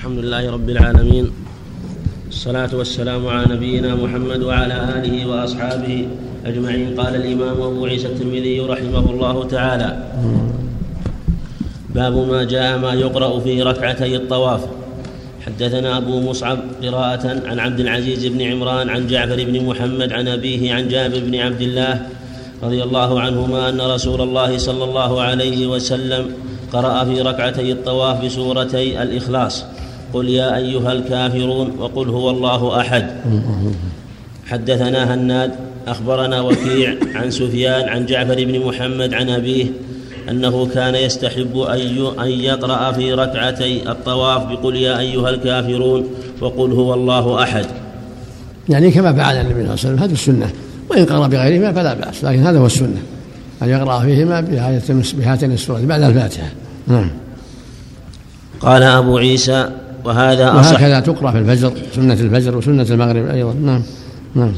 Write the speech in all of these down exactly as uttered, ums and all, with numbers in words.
الحمد لله رب العالمين، الصلاة والسلام على نبينا محمد وعلى آله وأصحابه أجمعين. قال الإمام أبو عيسى الترمذي رحمه الله تعالى: باب ما جاء ما يقرأ في ركعتي الطواف. حدثنا أبو مصعب قراءة عن عبد العزيز بن عمران عن جعفر بن محمد عن أبيه عن جابر بن عبد الله رضي الله عنهما أن رسول الله صلى الله عليه وسلم قرأ في ركعتي الطواف بسورتي الإخلاص: قل يا أيها الكافرون وقل هو الله أحد. حدثنا هناد أخبرنا وكيع عن سفيان عن جعفر بن محمد عن أبيه أنه كان يستحب أن يقرأ في ركعتي الطواف بقل يا أيها الكافرون وقل هو الله أحد، يعني كما فعل النبي صلى الله عليه وسلم. هذه السنة، وإن قرأ بغيرهما فلا بأس، لكن هذا هو السنة أن يقرأ فيهما بهاتين السورة بعد الفاتحة. نعم. قال أبو عيسى: وهذا أصح. وهكذا تقرأ في الفجر، سنة الفجر وسنة المغرب أيضا. نعم. نعم.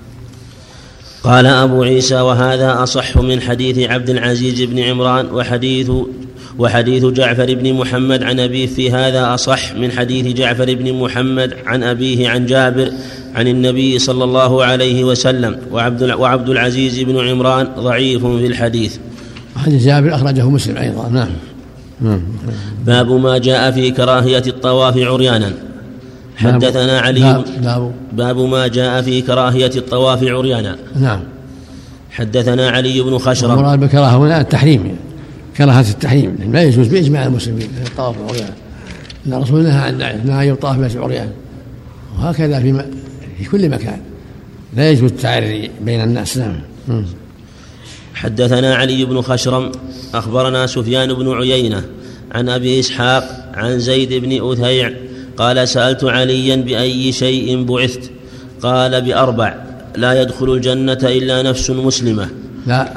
قال أبو عيسى: وهذا أصح من حديث عبد العزيز بن عمران وحديث وحديث جعفر بن محمد عن أبيه في هذا أصح من حديث جعفر بن محمد عن أبيه عن جابر عن النبي صلى الله عليه وسلم. وعبد وعبد العزيز بن عمران ضعيف في الحديث. حديث جابر أخرجه مسلم أيضا. نعم. نعم. باب ما جاء في كراهية الطواف عريانا. حدثنا علي باب, باب, باب ما جاء في كراهية الطواف عريانا. نعم. حدثنا علي بن خشرم. المراد بالكراهة هنا التحريم، كراهة التحريم، لا يجوز بإجماع المسلمين الطواف عريانا، إن الرسول نهى عن ذلك، نهى يطاف به عريان، وهكذا في, م... في كل مكان لا يجوز التعري بين الناس. نعم. حدثنا علي بن خشرم أخبرنا سفيان بن عيينة عن أبي إسحاق عن زيد بن أثيع قال: سألت عليا بأي شيء بعثت؟ قال: بأربع: لا يدخل الجنة إلا نفس مسلمة. لا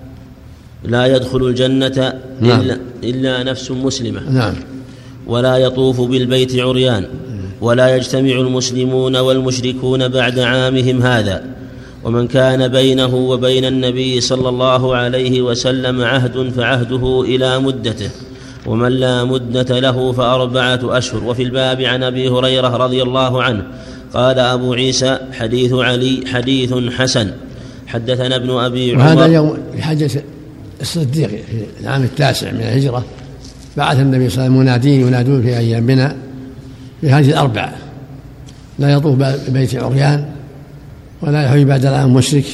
لا يدخل الجنة نعم. إلا, إلا نفس مسلمة. نعم. ولا يطوف بالبيت عريان، ولا يجتمع المسلمون والمشركون بعد عامهم هذا، ومن كان بينه وبين النبي صلى الله عليه وسلم عهد فعهده إلى مدته، ومن لا مدة له فأربعة أشهر. وفي الباب عن أبي هريرة رضي الله عنه. قال أبو عيسى: حديث علي حديث حسن. حدثنا ابن أبي عمر. وهذا يوم بحجة الصديق في العام التاسع من الهجرة، بعث النبي صلى الله عليه وسلم منادين ينادون في أيام بنا بهذه الأربعة: لا يطوف ببيت عريان، ولا يحج بعد العام مشرك،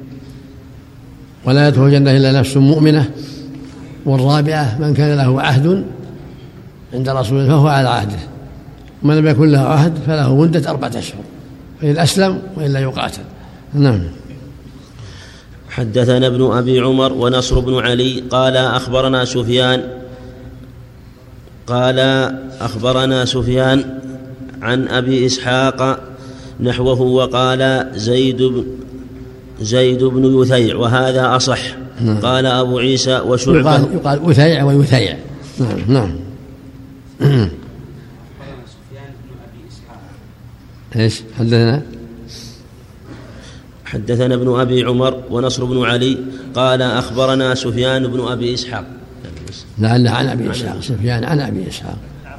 ولا يدخل الجنة إلا نفس مؤمنة، والرابعة: من كان له عهد عند رسوله فهو على عهده، ومن لم يكن له عهد فله مدة أربعة أشهر، فإن أسلم وإلا يقاتل. نعم. حدثنا ابن أبي عمر ونصر بن علي قال أخبرنا سفيان قال أخبرنا سفيان عن أبي إسحاق نحوه، وقال زيد بن زيد بن يثيع وهذا أصح. نعم. قال أبو عيسى: وشعبة. يقال, يقال أثيع ويثيع. نعم. نعم. ايش حدثنا؟ حدثنا ابن أبي عمر ونصر بن علي قال أخبرنا سفيان بن أبي إسحاق. لعل عن أبي إسحاق، سفيان عن أبي إسحاق،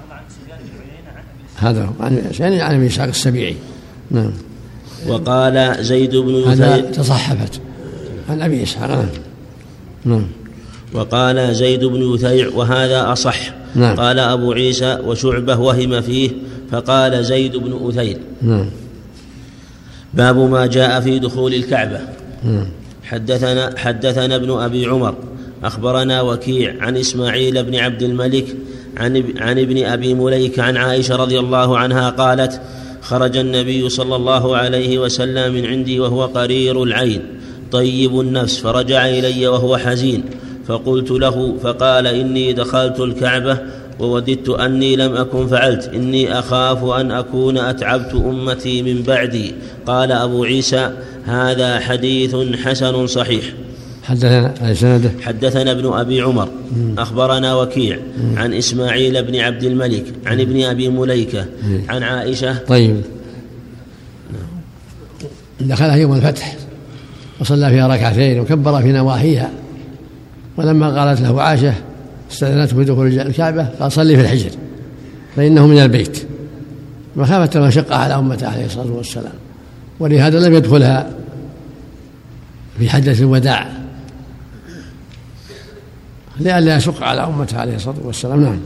هذا عن عن أبي إسحاق السبيعي. نعم. وقال زيد بن يثيع. هذا تصحفت عن أبي إسحاق. نعم. وقال زيد بن يثيع وهذا أصح. نعم. قال أبو عيسى: وشعبة وهم فيه فقال زيد بن أثير. نعم. باب ما جاء في دخول الكعبة. نعم. حدثنا حدثنا ابن أبي عمر أخبرنا وكيع عن إسماعيل بن عبد الملك عن, عن ابن أبي مليك عن عائشة رضي الله عنها قالت: خرج النبي صلى الله عليه وسلم من عندي وهو قرير العين طيب النفس، فرجع إلي وهو حزين، فقلت له فقال: إني دخلت الكعبة ووددت أني لم أكن فعلت، إني أخاف أن أكون أتعبت أمتي من بعدي. قال أبو عيسى: هذا حديث حسن صحيح. حدثنا حدثنا ابن أبي عمر أخبرنا وكيع عن إسماعيل بن عبد الملك عن ابن أبي مليكة عن عائشة. طيب. دخلها يوم الفتح وصلى فيها ركعتين وكبر في نواحيها، ولما قالت له عائشة استأذنته بدخول الكعبة قال: صلي في الحجر فإنه من البيت. مخافة المشقة على أمته عليه الصلاة والسلام، ولهذا لم يدخلها في حجة الوداع لئلا يشق على أمته عليه الصلاة والسلام. نعم.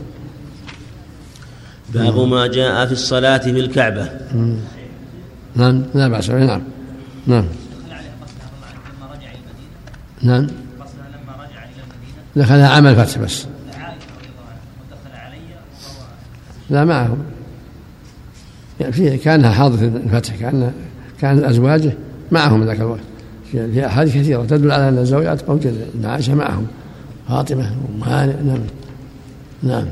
باب ما جاء في الصلاة في الكعبة. نعم لا بأس. نعم نعم نعم دخلها عمل فتح بس، لا معهم يعني في كانها حاضرة الفتح، كان كان أزواجه معهم ذاك الوقت، في أحاديث كثيرة تدل على أن الزوجات موجودة، عائشة معهم، فاطمة ومهانئ. نعم نعم.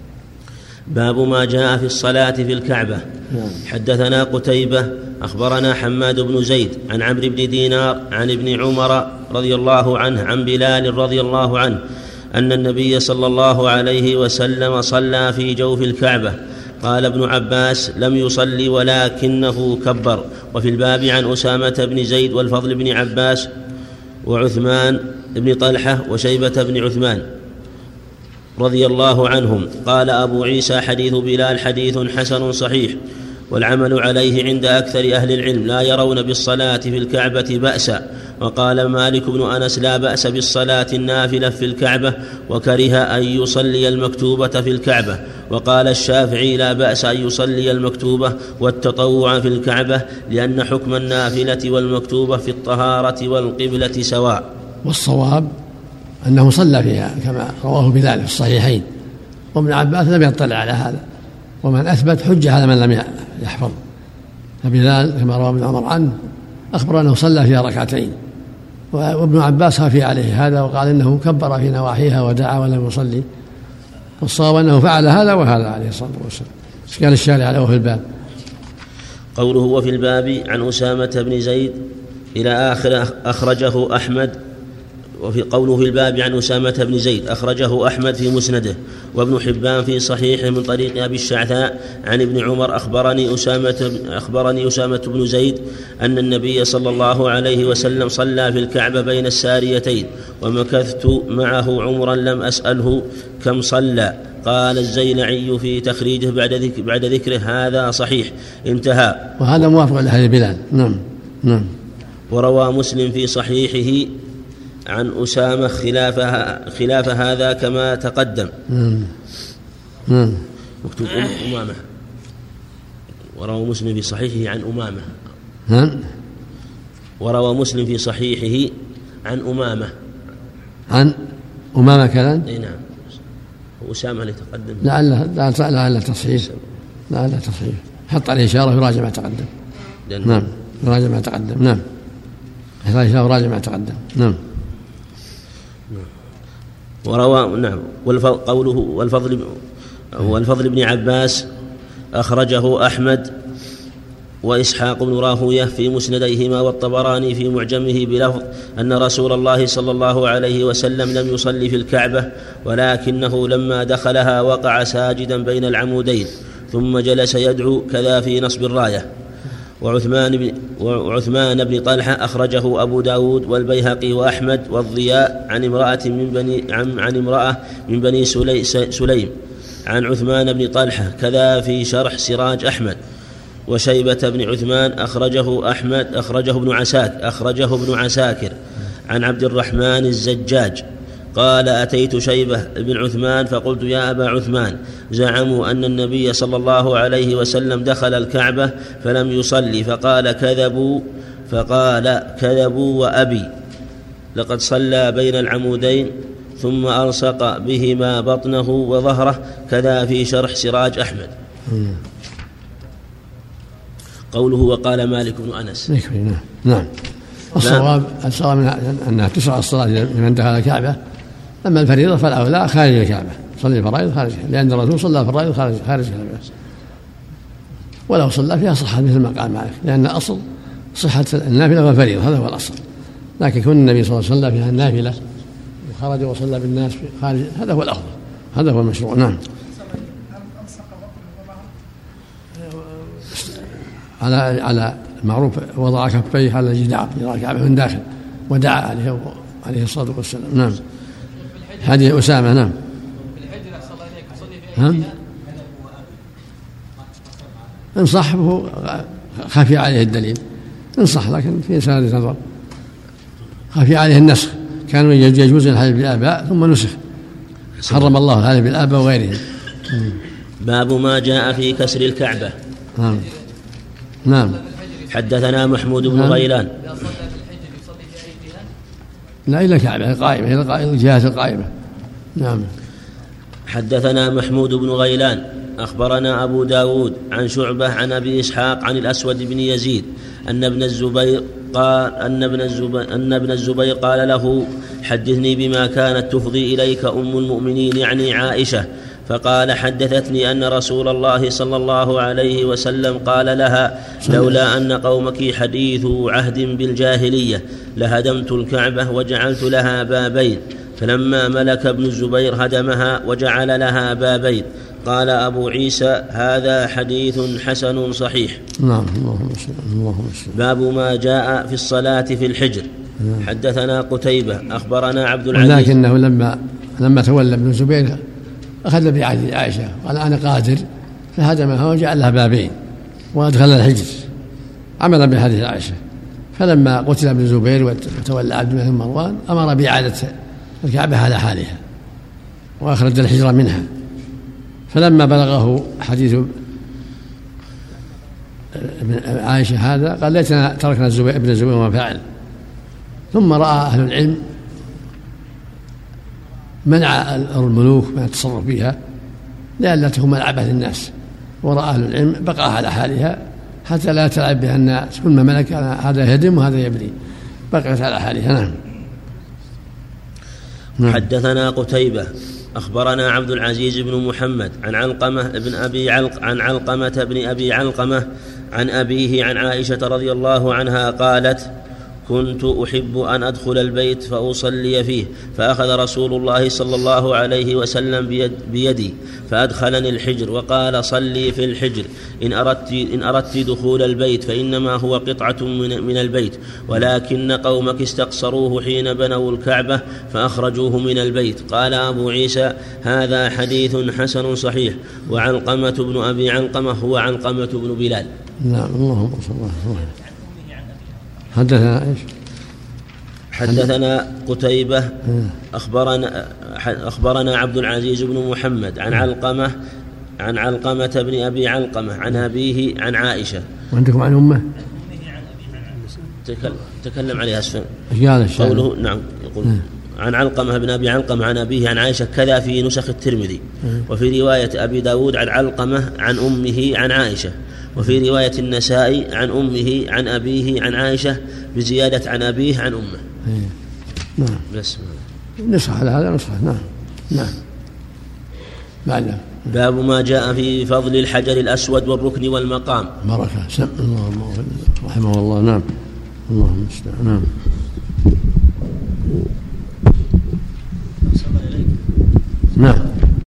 باب ما جاء في الصلاة في الكعبة. نعم. حدثنا قتيبة أخبرنا حماد بن زيد عن عمرو بن دينار عن ابن عمر رضي الله عنه عن بلال رضي الله عنه أن النبي صلى الله عليه وسلم صلى في جوف الكعبة. قال ابن عباس: لم يصلي ولكنه كبر. وفي الباب عن أسامة بن زيد والفضل بن عباس وعثمان بن طلحة وشيبة بن عثمان رضي الله عنهم. قال أبو عيسى: حديث بلال حديث حسن صحيح، والعمل عليه عند أكثر أهل العلم، لا يرون بالصلاة في الكعبة بأسا. وقال مالك بن أنس: لا بأس بالصلاة النافلة في الكعبة، وكره أن يصلي المكتوبة في الكعبة. وقال الشافعي: لا بأس أن يصلي المكتوبة والتطوع في الكعبة، لأن حكم النافلة والمكتوبة في الطهارة والقبلة سواء. والصواب أنه صلى فيها كما رواه بلال في الصحيحين، وابن عباس لم يطلع على هذا، ومن أثبت حجة على من لم يحفظ. فبلال كما روى ابن عمر عنه أخبر أنه صلى فيها ركعتين، وابن عباس خفي عليه هذا وقال إنه كبر في نواحيها ودعا ولم يصلي. والصواب أنه فعل هذا وهذا عليه الصلاة والسلام. كان الشارع له في الباب. قوله وفي الباب عن أسامة بن زيد إلى آخر أخرجه أحمد. وفي قوله في الباب عن أسامة بن زيد أخرجه أحمد في مسنده، وابن حبان في صحيحه من طريق أبي الشعثاء عن ابن عمر أخبرني أسامة, أخبرني أسامة بن زيد أن النبي صلى الله عليه وسلم صلى في الكعبة بين الساريتين، ومكثت معه عمرا لم أسأله كم صلى. قال الزيلعي في تخريجه بعد ذكر, بعد ذكره: هذا صحيح. انتهى. وهذا موافق لحديث بلال. نعم نعم. وروى مسلم في صحيحه عن أسامة خلاف, خلاف هذا كما تقدم. نعم نعم. مكتوب أمامة. وروى مسلم في صحيحه عن أمامة. نعم. وروى مسلم في صحيحه عن أمامة. عن أمامة كلام؟ اي نعم. أسامة اللي تقدم. لعله لعله تصحيح. لعله تصحيح. حط عليه إشارة يراجع ما تقدم. نعم. يراجع ما تقدم. نعم. حط عليه إشارة يراجع ما تقدم. نعم. وروى نعم. قوله والفضل والفضل بن عباس أخرجه أحمد وإسحاق بن راهويه في مسنديهما، والطبراني في معجمه بلفظ أن رسول الله صلى الله عليه وسلم لم يصلي في الكعبة، ولكنه لما دخلها وقع ساجدا بين العمودين ثم جلس يدعو، كذا في نصب الراية. وعثمان بن, وعثمان بن طلحة أخرجه أبو داود والبيهقي وأحمد والضياء عن امرأة من بني عن, عن امرأة من بني سلي سليم عن عثمان بن طلحة، كذا في شرح سراج أحمد. وشيبة بن عثمان أخرجه أحمد أخرجه ابن عساكر أخرجه ابن عساكر عن عبد الرحمن الزجاج قال: أتيت شيبة بن عثمان فقلت: يا أبا عثمان، زعموا أن النبي صلى الله عليه وسلم دخل الكعبة فلم يصلي، فقال: كذبوا فقال كذبوا وأبي، لقد صلى بين العمودين ثم ألصق بهما بطنه وظهره، كذا في شرح سراج أحمد. قوله وقال مالك بن أنس. نعم نعم. الصواب الصواب أنها تشرع الصلاة لمن دخل الكعبة، أما الفريضة فالأولى خارج الكعبة، صلي الفرائض خارج، لأن الرسول صلى الفرائض خارج خارج الكعبة، ولو صلى فيها صحة مثل ما قال مالك، لأن أصل صحة النافلة والفريضة، هذا هو الأصل. لكن كون النبي صلى الله عليه وسلم فيها النافلة وخرج وصلى بالناس خارج، هذا هو الأفضل، هذا هو المشروع. نعم. على على المعروف وضع كفيه على الجدار جدار الكعبة من داخل ودعا عليه عليه الصلاة والسلام. نعم. حديث أسامة. نعم. إن صح فهو خفي عليه الدليل، إن صح لكن في سادة نظر. خفي عليه النسخ، كانوا يجوز الحلف بالآباء ثم نسخ، حرم الله الحلف بالآباء وغيرهم. باب ما جاء في كسر الكعبة. نعم نعم. حدثنا محمود بن نعم. غيلان. لا إلا الكعبة القائمة، إلى الجهات القائمة. نعم. حدثنا محمود بن غيلان أخبرنا أبو داود عن شعبة عن أبي إسحاق عن الأسود بن يزيد أن ابن الزبير قال أن ابن الزبير, أن ابن الزبير قال له: حدثني بما كانت تفضي إليك أم المؤمنين، يعني عائشة. فقال: حدثتني أن رسول الله صلى الله عليه وسلم قال لها: لولا أن قومك حديث عهد بالجاهلية لهدمت الكعبة وجعلت لها بابين. فلما ملك ابن الزبير هدمها وجعل لها بابين. قال أبو عيسى: هذا حديث حسن صحيح. نعم. اللهم صل اللهم صل. باب ما جاء في الصلاة في الحجر. نعم. حدثنا قتيبة أخبرنا عبد العزيز. ولكنه لما لما تولى ابن الزبير أخذ بعهد عائشة قال: أنا قادر، فهدمها وجعل لها بابين وأدخل الحجر عملا بحديث عائشة. فلما قتل ابن الزبير وتولى عبد الله بن مروان أمر بإعادة الكعبة على حالها وأخرج الحجر منها. فلما بلغه حديث عائشة هذا قال: ليتنا تركنا الزبير ابن الزبير وما فعل. ثم رأى أهل العلم منع الملوك من التصرف فيها لئلا تكون ملعبة للناس، ورأى أهل العلم بقى على حالها حتى لا تلعب بها الناس، كل ما ملك هذا يهدم وهذا يبني، بقيت على حالها. نعم. نعم. حدثنا قتيبة أخبرنا عبد العزيز بن محمد عن علقمة بن أبي علق عن علقمة بن أبي علقمة عن أبيه عن عائشة رضي الله عنها قالت: كنت أحب أن أدخل البيت فأصلي فيه، فأخذ رسول الله صلى الله عليه وسلم بيد بيدي فأدخلني الحجر وقال: صلي في الحجر إن أردت, إن أردت دخول البيت، فإنما هو قطعة من, من البيت، ولكن قومك استقصروه حين بنوا الكعبة فأخرجوه من البيت. قال أبو عيسى: هذا حديث حسن صحيح. وعلقمة بن أبي علقمة هو علقمة بن بلال. نعم. اللهم صل الله. حدثنا ايش؟ حدثنا قتيبة أخبرنا أخبرنا عبد العزيز بن محمد عن علقمة عن علقمة بن أبي علقمة عن أبيه عن عائشة. وعندكم عن أمه؟ تكلم عليها أسفل. قوله نعم يقول عن علقمة بن أبي علقمة عن أبيه عن عائشة، كذا في نسخ الترمذي. وفي رواية أبي داود عن علقمة عن أمه عن عائشة، وفي رواية النسائي عن أمه عن أبيه عن عائشة بزيادة عن أبيه عن أمه. نعم. بس نصح على هذا نصح. نعم. نعم. بعد. باب ما جاء في فضل الحجر الأسود والركن والمقام. بركة. سم الله رحمه الله. نعم. اللهم استعان. نعم. نعم.